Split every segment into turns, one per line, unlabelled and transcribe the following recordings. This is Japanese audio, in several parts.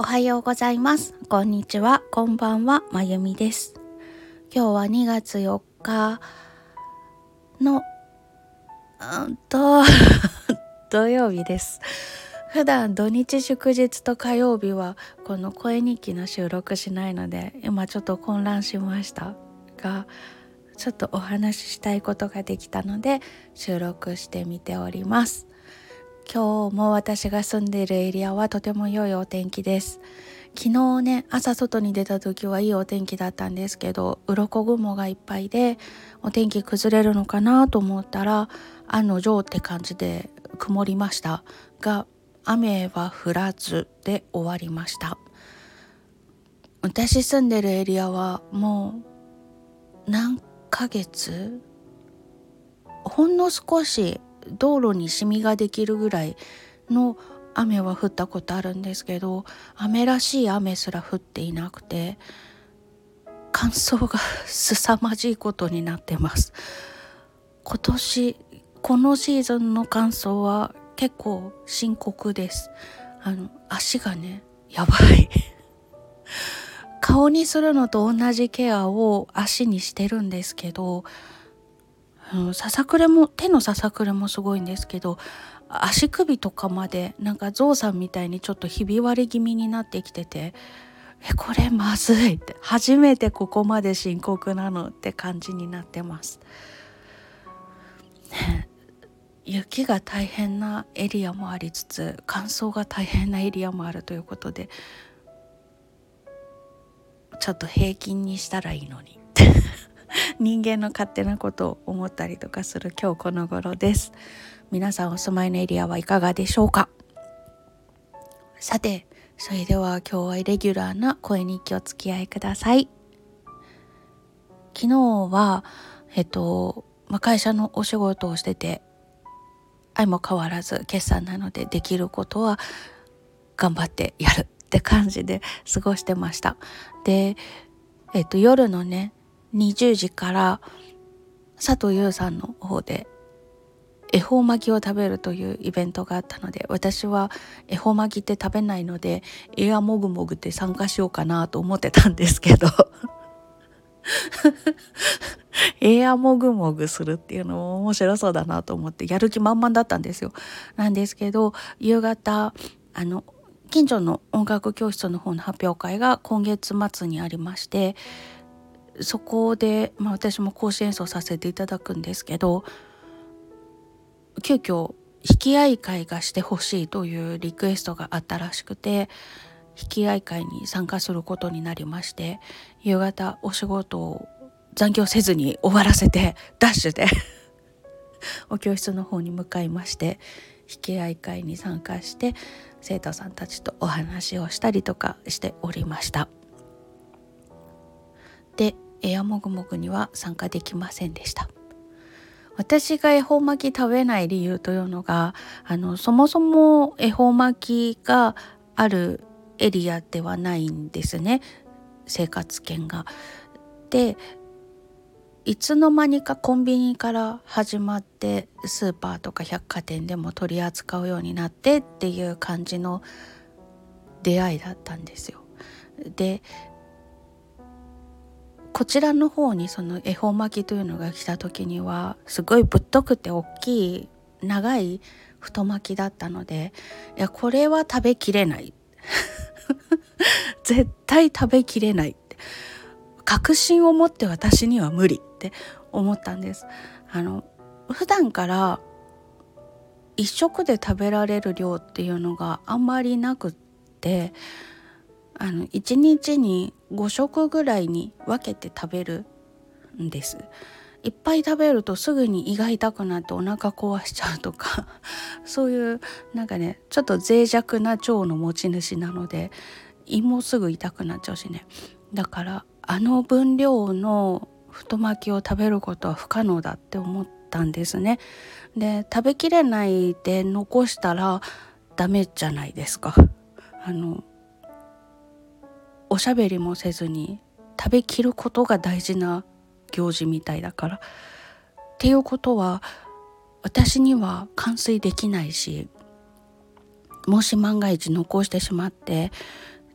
はようございます。こんにちは、こんばんは、まゆみです。今日は2月4日の土曜日です。普段土日祝日と火曜日はこの声日記の収録しないので、今ちょっと混乱しましたが、ちょっとお話ししたいことができたので収録してみております。今日も私が住んでいるエリアはとても良いお天気です。昨日ね、朝外に出た時はいいお天気だったんですけど、鱗雲がいっぱいでお天気崩れるのかなと思ったら案の定って感じで曇りましたが、雨は降らずで終わりました。私住んでるエリアはもう何ヶ月、ほんの少し道路にシミができるぐらいの雨は降ったことあるんですけど、雨らしい雨すら降っていなくて、乾燥が凄まじいことになってます。今年このシーズンの乾燥は結構深刻です。足がね、やばい顔にするのと同じケアを足にしてるんですけど、ささくれも、手のささくれもすごいんですけど、足首とかまでなんかゾウさんみたいにちょっとひび割れ気味になってきてて、これまずいって、初めてここまで深刻なのって感じになってます、雪が大変なエリアもありつつ、乾燥が大変なエリアもあるということで、ちょっと平均にしたらいいのに人間の勝手なことを思ったりとかする今日この頃です。皆さんお住まいのエリアはいかがでしょうか。さて、それでは今日はイレギュラーな声日記お付き合いください。昨日は会社のお仕事をしてて、相も変わらず決算なのでできることは頑張ってやるって感じで過ごしてました。で、夜のね20時から佐藤優さんの方で恵方巻きを食べるというイベントがあったので、私は恵方巻きって食べないのでエアもぐもぐって参加しようかなと思ってたんですけどエアもぐもぐするっていうのも面白そうだなと思ってやる気満々だったんですよ。なんですけど、夕方近所の音楽教室の方の発表会が今月末にありまして、そこで、私も講師演奏させていただくんですけど、急遽引き合い会がしてほしいというリクエストがあったらしくて、引き合い会に参加することになりまして、夕方お仕事を残業せずに終わらせてダッシュでお教室の方に向かいまして、引き合い会に参加して生徒さんたちとお話をしたりとかしておりました。で、エアもぐもぐには参加できませんでした。私が恵方巻き食べない理由というのが、そもそも恵方巻きがあるエリアではないんですね、生活圏が。で、いつの間にかコンビニから始まってスーパーとか百貨店でも取り扱うようになってっていう感じの出会いだったんですよ。で、こちらの方にその恵方巻きというのが来た時にはすごいぶっとくて大きい長い太巻きだったので、いやこれは食べきれない絶対食べきれないって確信を持って、私には無理って思ったんです。普段から一食で食べられる量っていうのがあんまりなくって、1日に5食ぐらいに分けて食べるんです。いっぱい食べるとすぐに胃が痛くなってお腹壊しちゃうとかそういうなんかね、ちょっと脆弱な腸の持ち主なので胃もすぐ痛くなっちゃうしね。だから分量の太巻きを食べることは不可能だって思ったんですね。で、食べきれないで残したらダメじゃないですか。おしゃべりもせずに食べきることが大事な行事みたいだから。っていうことは私には完遂できないし、もし万が一残してしまって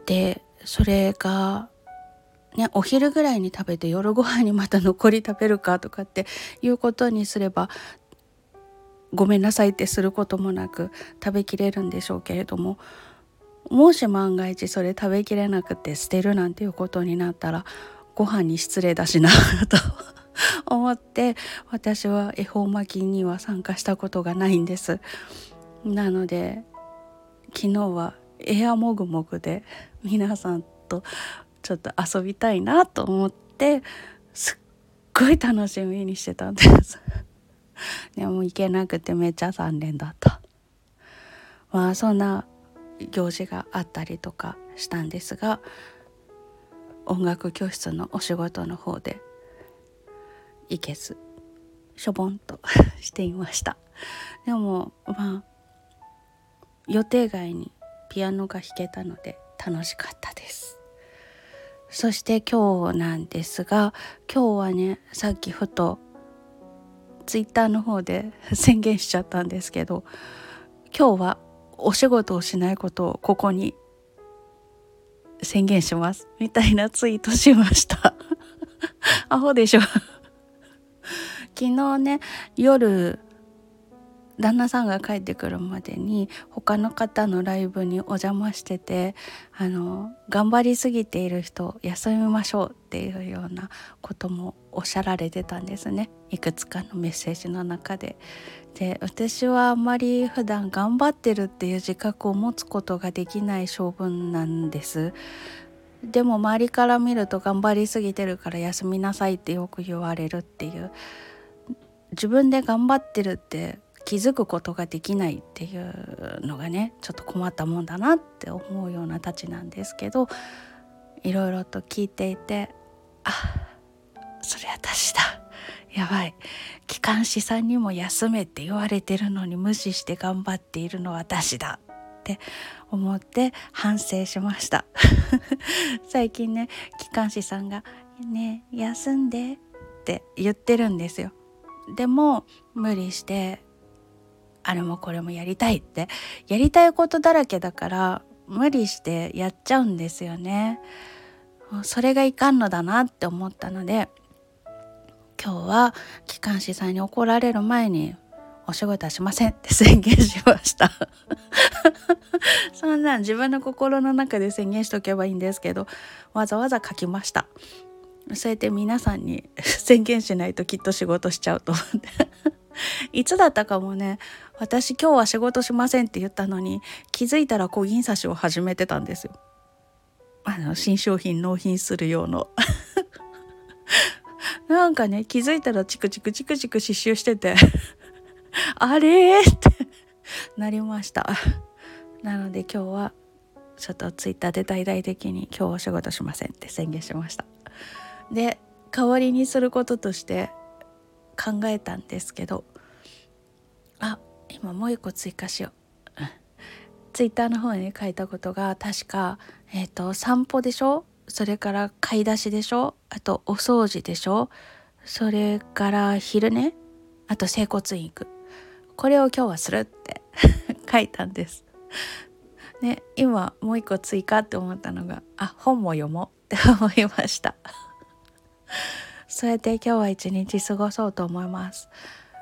でそれがね、お昼ぐらいに食べて夜ご飯にまた残り食べるかとかっていうことにすればごめんなさいってすることもなく食べきれるんでしょうけれども、もし万が一それ食べきれなくて捨てるなんていうことになったらご飯に失礼だしなと思って、私は恵方巻きには参加したことがないんです。なので昨日はエアもぐもぐで皆さんとちょっと遊びたいなと思ってすっごい楽しみにしてたんですでも行けなくてめっちゃ残念だった。まあそんな行事があったりとかしたんですが、音楽教室のお仕事の方で行けずしょぼんとしていました。でもまあ予定外にピアノが弾けたので楽しかったです。そして今日なんですが、今日はね、さっきふとツイッターの方で宣言しちゃったんですけど、今日はお仕事をしないことをここに宣言しますみたいなツイートしましたアホでしょ昨日ね、夜旦那さんが帰ってくるまでに他の方のライブにお邪魔してて、頑張りすぎている人休みましょうっていうようなこともおっしゃられてたんですね、いくつかのメッセージの中で。で、私はあんまり普段頑張ってるっていう自覚を持つことができない性分なんです。でも周りから見ると頑張りすぎてるから休みなさいってよく言われるっていう、自分で頑張ってるって気づくことができないっていうのがね、ちょっと困ったもんだなって思うようなたちなんですけど、いろいろと聞いていて、それ私だ、やばい、機関士さんにも休めって言われてるのに無視して頑張っているのは私だって思って反省しました最近ね、機関士さんがね、休んでって言ってるんですよ。でも無理してあれもこれもやりたいって、やりたいことだらけだから無理してやっちゃうんですよね。それがいかんのだなって思ったので、今日は機関士さんに怒られる前にお仕事はしませんって宣言しましたそんなん自分の心の中で宣言しとけばいいんですけど、わざわざ書きました。そうやって皆さんに宣言しないときっと仕事しちゃうと思っていつだったかもね、私今日は仕事しませんって言ったのに気づいたら小銀刺しを始めてたんですよ。新商品納品する用のなんかね、気づいたらチクチクチクチク刺繍しててあれってなりましたなので今日はちょっとツイッターで大々的に今日は仕事しませんって宣言しました。で、代わりにすることとして考えたんですけど、今もう一個追加しようツイッターの方に書いたことが確か、散歩でしょ、それから買い出しでしょ、あとお掃除でしょ、それから昼寝、あと整骨院行く、これを今日はするって書いたんですね。今もう一個追加って思ったのが、本も読もうって思いましたそうやって今日は一日過ごそうと思います。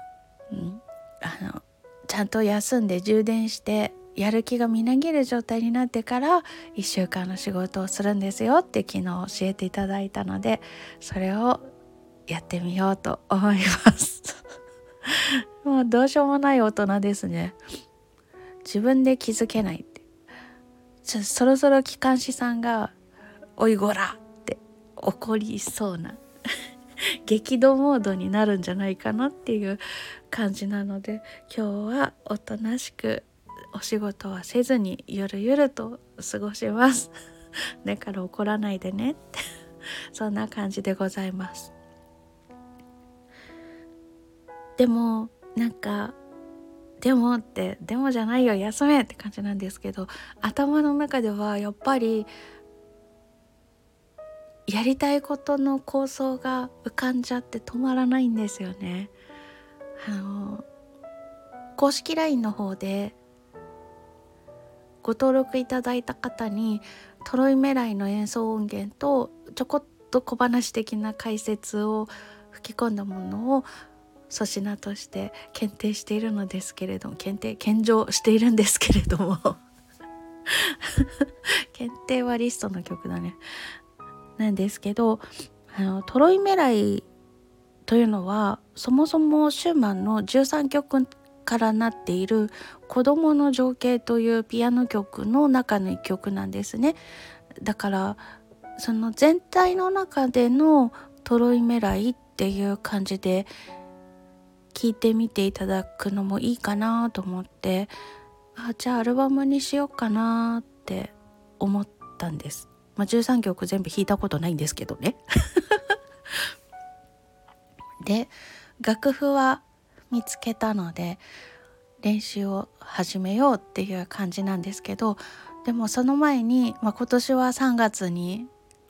ちゃんと休んで充電してやる気がみなぎる状態になってから1週間の仕事をするんですよって昨日教えていただいたので、それをやってみようと思いますもうどうしようもない大人ですね。自分で気づけないって、そろそろ機関士さんがおいごらって怒りそうな激怒モードになるんじゃないかなっていう感じなので、今日はおとなしくお仕事はせずにゆるゆると過ごしますだから怒らないでねってそんな感じでございます。でもなんかでもじゃないよ、休めって感じなんですけど、頭の中ではやっぱりやりたいことの構想が浮かんじゃって止まらないんですよね。公式 LINE の方でご登録いただいた方にトロイメライの演奏音源とちょこっと小話的な解説を吹き込んだものを粗品として検定しているのですけれども、献上しているんですけれども検定はリストの曲だね。なんですけど、トロイメライというのはそもそもシューマンの13曲からなっている子供の情景というピアノ曲の中の一曲なんですね。だからその全体の中でのトロイメライっていう感じで聴いてみていただくのもいいかなと思って、じゃあアルバムにしようかなって思ったんです。13曲全部弾いたことないんですけどねで、楽譜は見つけたので練習を始めようっていう感じなんですけど、でもその前に、今年は3月に、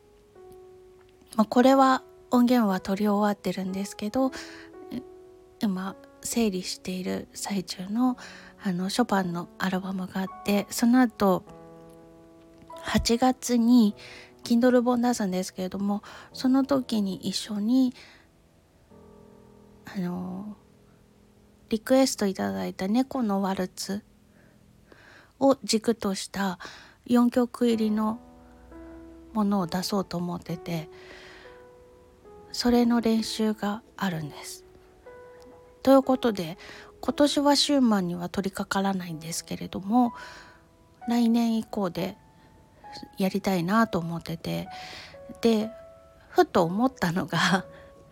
これは音源は取り終わってるんですけど、今整理している最中のショパンのアルバムがあって、その後8月に Kindle 本出すんですけれども、その時に一緒にリクエストいただいた猫のワルツを軸とした4曲入りのものを出そうと思ってて、それの練習があるんです。ということで今年はシューマンには取り掛からないんですけれども、来年以降でやりたいなと思ってて、でふと思ったのが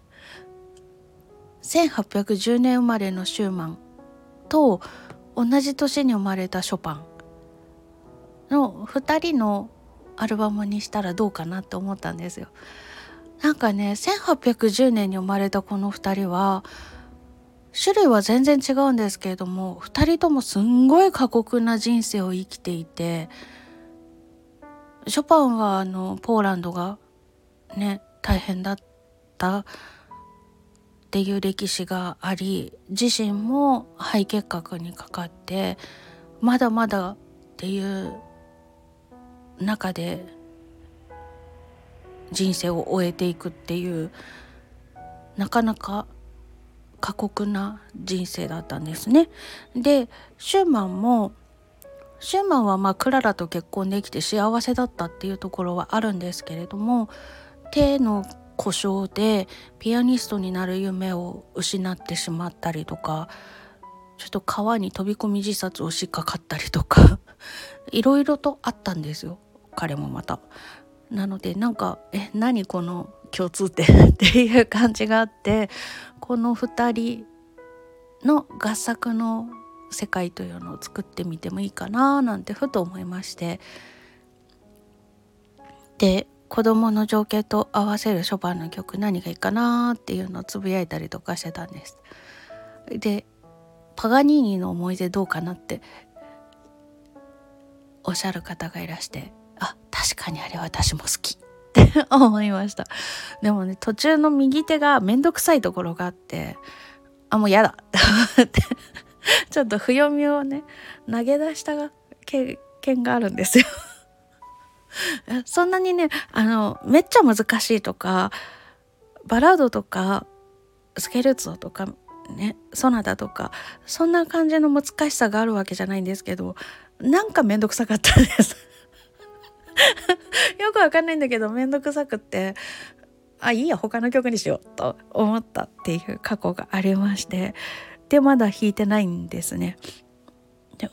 1810年生まれのシューマンと同じ年に生まれたショパンの2人のアルバムにしたらどうかなって思ったんですよ。なんかね、1810年に生まれたこの2人は種類は全然違うんですけれども、2人ともすんごい過酷な人生を生きていて、ショパンはポーランドがね大変だったっていう歴史があり、自身も肺結核にかかってまだまだっていう中で人生を終えていくっていう、なかなか過酷な人生だったんですね。でシューマンはクララと結婚できて幸せだったっていうところはあるんですけれども、手の故障でピアニストになる夢を失ってしまったりとか、ちょっと川に飛び込み自殺をしっかかったりとかいろいろとあったんですよ、彼もまた。なので何この共通点っていう感じがあって、この2人の合作の世界というのを作ってみてもいいかななんてふと思いまして、で子供の情景と合わせるショパンの曲何がいいかなっていうのをつぶやいたりとかしてたんです。でパガニーニの思い出どうかなっておっしゃる方がいらして、確かにあれ私も好きって思いました。でもね、途中の右手がめんどくさいところがあって、もうやだってちょっと不読みをね投げ出した経験があるんですよそんなにねめっちゃ難しいとか、バラードとかスケルツォとかね、ソナタとかそんな感じの難しさがあるわけじゃないんですけど、なんかめんどくさかったですよくわかんないんだけどめんどくさくって、いいや他の曲にしようと思ったっていう過去がありまして、でまだ弾いてないんですね。で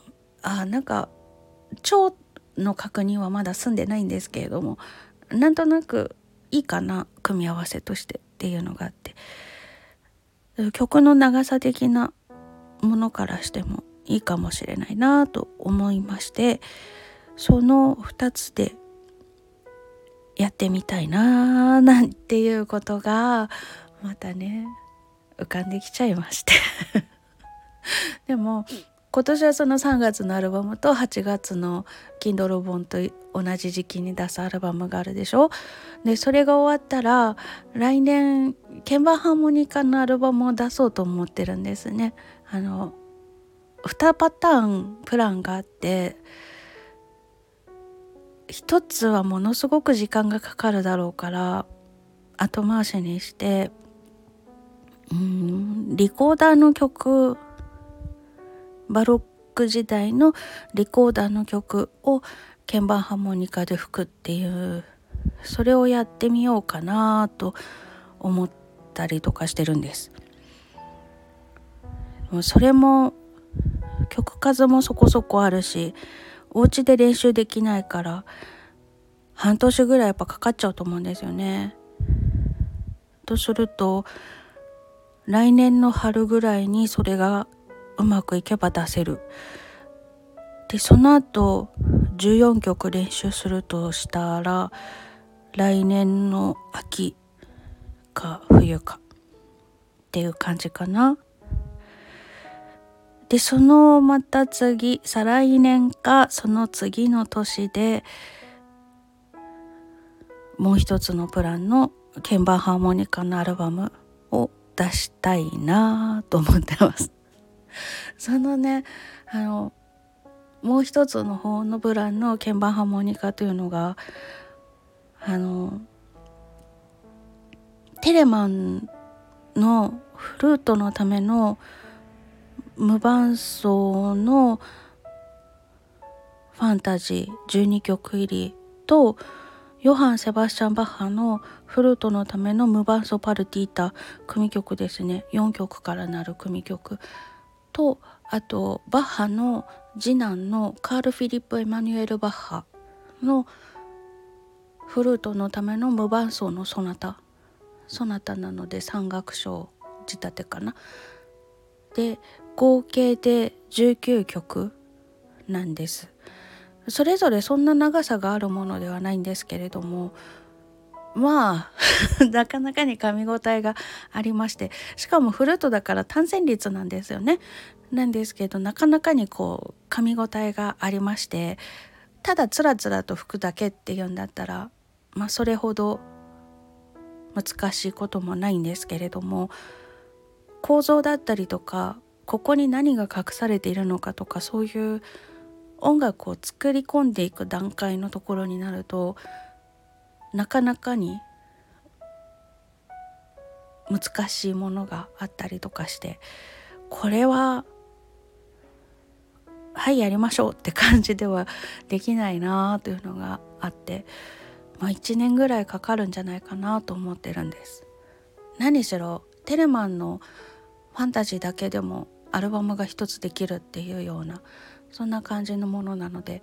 腸の確認はまだ済んでないんですけれども、なんとなくいいかな組み合わせとしてっていうのがあって、曲の長さ的なものからしてもいいかもしれないなと思いまして、その2つでやってみたいななんていうことがまたね浮かんできちゃいましてでも今年はその3月のアルバムと8月の Kindle 本と同じ時期に出すアルバムがあるでしょ。でそれが終わったら来年鍵盤ハーモニカのアルバムを出そうと思ってるんですね。2パターンプランがあって、 一つはものすごく時間がかかるだろうから後回しにして、リコーダーの曲、バロック時代のリコーダーの曲を鍵盤ハーモニカで吹くっていう、それをやってみようかなと思ったりとかしてるんです。それも曲数もそこそこあるし、お家で練習できないから半年ぐらいやっぱかかっちゃうと思うんですよね。とすると来年の春ぐらいにそれがうまくいけば出せる。でその後14曲練習するとしたら来年の秋か冬かっていう感じかな。でそのまた次、再来年かその次の年でもう一つのプランの鍵盤ハーモニカのアルバムを出したいなと思ってますそのね、もう一つの方のプランの鍵盤ハーモニカというのがテレマンのフルートのための無伴奏のファンタジー12曲入りとヨハン・セバスチャン・バッハのフルートのための無伴奏パルティータ組曲ですね、4曲からなる組曲と、あとバッハの次男のカール・フィリップ・エマニュエル・バッハのフルートのための無伴奏のソナタなので3楽章仕立てかな。で合計で19曲なんです。それぞれそんな長さがあるものではないんですけれども、まあなかなかに噛み応えがありまして、しかもフルートだから単旋律なんですよね。なんですけどなかなかにこう噛み応えがありまして、ただつらつらと吹くだけっていうんだったらそれほど難しいこともないんですけれども、構造だったりとかここに何が隠されているのかとか、そういう音楽を作り込んでいく段階のところになるとなかなかに難しいものがあったりとかして、これははいやりましょうって感じではできないなというのがあって、1年ぐらいかかるんじゃないかなと思ってるんです。何しろテレマンのファンタジーだけでもアルバムが一つできるっていうような、そんな感じのものなので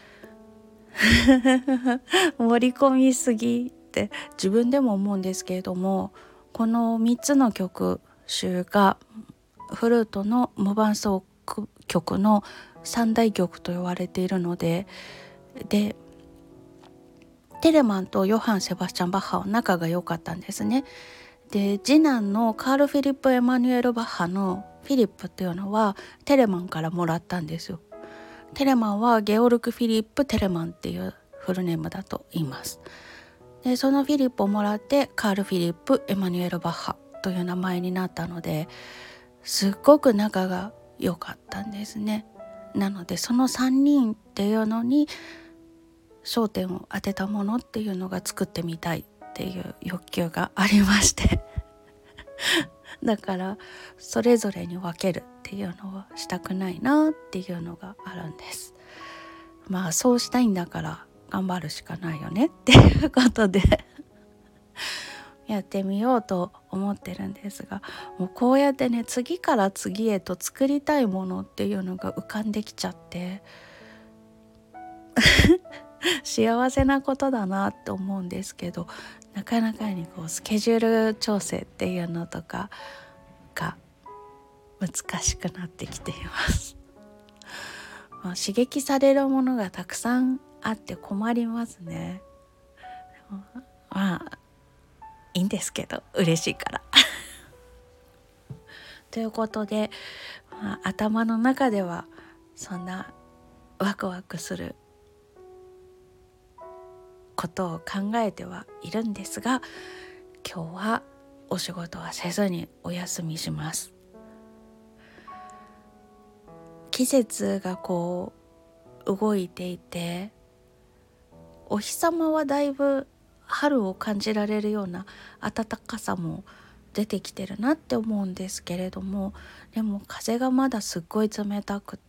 盛り込みすぎって自分でも思うんですけれども、この3つの曲集がフルートの無伴奏曲の三大曲と言われているので、テレマンとヨハン・セバスチャン・バッハは仲が良かったんですね。で次男のカール・フィリップ・エマニュエル・バッハのフィリップっていうのはテレマンからもらったんですよ。テレマンはゲオルク・フィリップ・テレマンっていうフルネームだと言います。でそのフィリップをもらってカール・フィリップ・エマニュエル・バッハという名前になったので、すっごく仲が良かったんですね。なのでその3人っていうのに焦点を当てたものっていうのが作ってみたいっていう欲求がありましてだからそれぞれに分けるっていうのはしたくないなっていうのがあるんです。そうしたいんだから頑張るしかないよねっていうことでやってみようと思ってるんですが、もうこうやってね次から次へと作りたいものっていうのが浮かんできちゃって幸せなことだなって思うんですけど、なかなかにこうスケジュール調整っていうのとかが難しくなってきています刺激されるものがたくさんあって困りますね。いいんですけど嬉しいからということで、頭の中ではそんなワクワクすることを考えてはいるんですが、今日はお仕事はせずにお休みします。季節がこう動いていてお日様はだいぶ春を感じられるような暖かさも出てきてるなって思うんですけれども、でも風がまだすっごい冷たくって、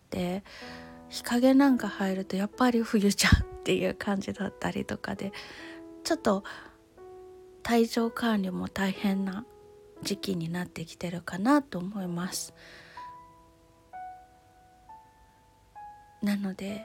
日陰なんか入るとやっぱり冬じゃんっていう感じだったりとかで、ちょっと体調管理も大変な時期になってきてるかなと思います。なので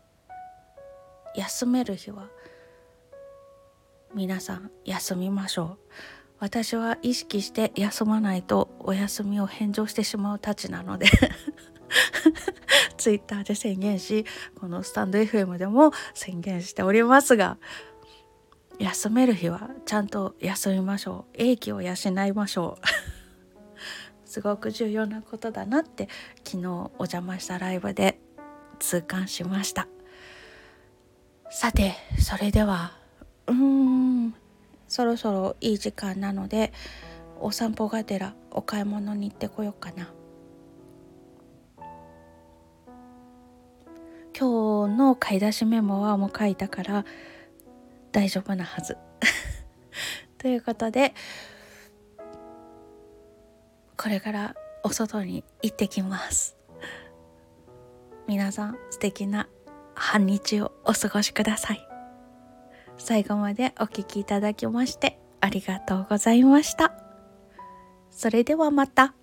休める日は皆さん休みましょう。私は意識して休まないとお休みを返上してしまうたちなのでツイッターで宣言し、このスタンド FM でも宣言しておりますが、休める日はちゃんと休みましょう。英気を養いましょうすごく重要なことだなって昨日お邪魔したライブで痛感しました。さて、それではそろそろいい時間なので、お散歩がてらお買い物に行ってこようかな。今日の買い出しメモはもう書いたから大丈夫なはずということで、これからお外に行ってきます。皆さん素敵な半日をお過ごしください。最後までお聞きいただきましてありがとうございました。それではまた。